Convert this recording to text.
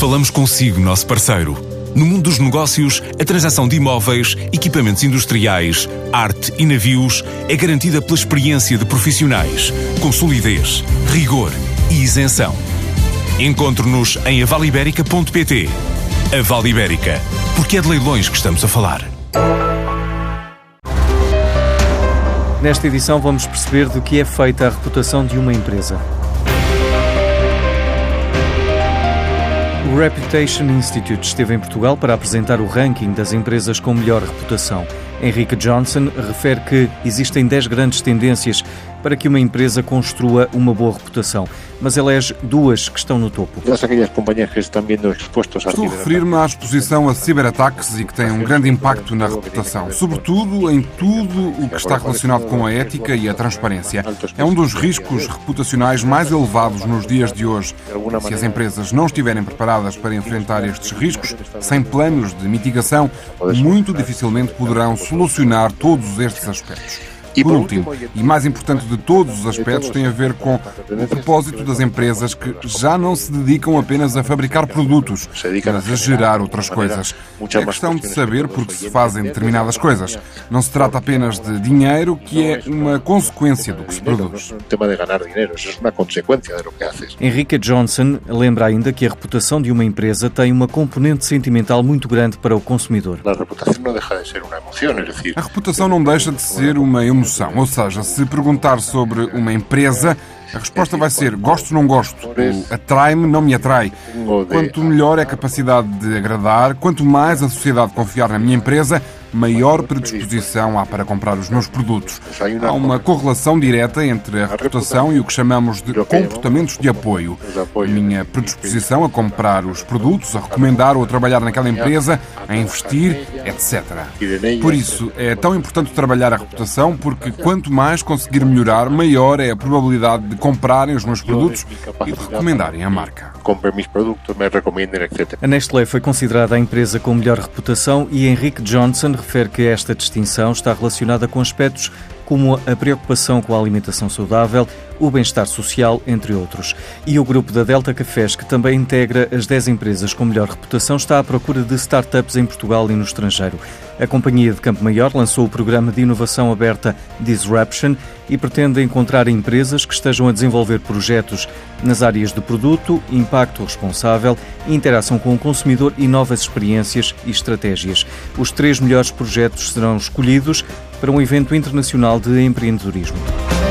Falamos consigo, nosso parceiro. No mundo dos negócios, a transação de imóveis, equipamentos industriais, arte e navios é garantida pela experiência de profissionais, com solidez, rigor e isenção. Encontre-nos em avaliberica.pt. A Vale Ibérica, porque é de leilões que estamos a falar. Nesta edição vamos perceber do que é feita a reputação de uma empresa. O Reputation Institute esteve em Portugal para apresentar o ranking das empresas com melhor reputação. Henrique Johnson refere que existem 10 grandes tendências para que uma empresa construa uma boa reputação, mas elege duas que estão no topo. Estou a referir-me à exposição a ciberataques e que têm um grande impacto na reputação, sobretudo em tudo o que está relacionado com a ética e a transparência. É um dos riscos reputacionais mais elevados nos dias de hoje. Se as empresas não estiverem preparadas para enfrentar estes riscos, sem planos de mitigação, muito dificilmente poderão solucionar todos estes aspectos. Por último, e mais importante de todos os aspectos, tem a ver com o propósito das empresas que já não se dedicam apenas a fabricar produtos, mas a gerar outras coisas. É questão de saber porque se fazem determinadas coisas. Não se trata apenas de dinheiro, que é uma consequência do que se produz. Henrique Johnson lembra ainda que a reputação de uma empresa tem uma componente sentimental muito grande para o consumidor. A reputação não deixa de ser uma emoção. Ou seja, se perguntar sobre uma empresa, a resposta vai ser gosto, não gosto, ou atrai-me, não me atrai. Quanto melhor é a capacidade de agradar, quanto mais a sociedade confiar na minha empresa, maior predisposição há para comprar os meus produtos. Há uma correlação direta entre a reputação e o que chamamos de comportamentos de apoio. A minha predisposição a comprar os produtos, a recomendar ou a trabalhar naquela empresa, a investir, etc. Por isso, é tão importante trabalhar a reputação porque quanto mais conseguir melhorar, maior é a probabilidade de comprarem os meus produtos e de recomendarem a marca. A Nestlé foi considerada a empresa com melhor reputação e Henrique Johnson refere que esta distinção está relacionada com aspectos como a preocupação com a alimentação saudável, o bem-estar social, entre outros. E o grupo da Delta Cafés, que também integra as 10 empresas com melhor reputação, está à procura de startups em Portugal e no estrangeiro. A companhia de Campo Maior lançou o programa de inovação aberta Disruption e pretende encontrar empresas que estejam a desenvolver projetos nas áreas de produto, impacto responsável, interação com o consumidor e novas experiências e estratégias. Os 3 melhores projetos serão escolhidos para um evento internacional de empreendedorismo.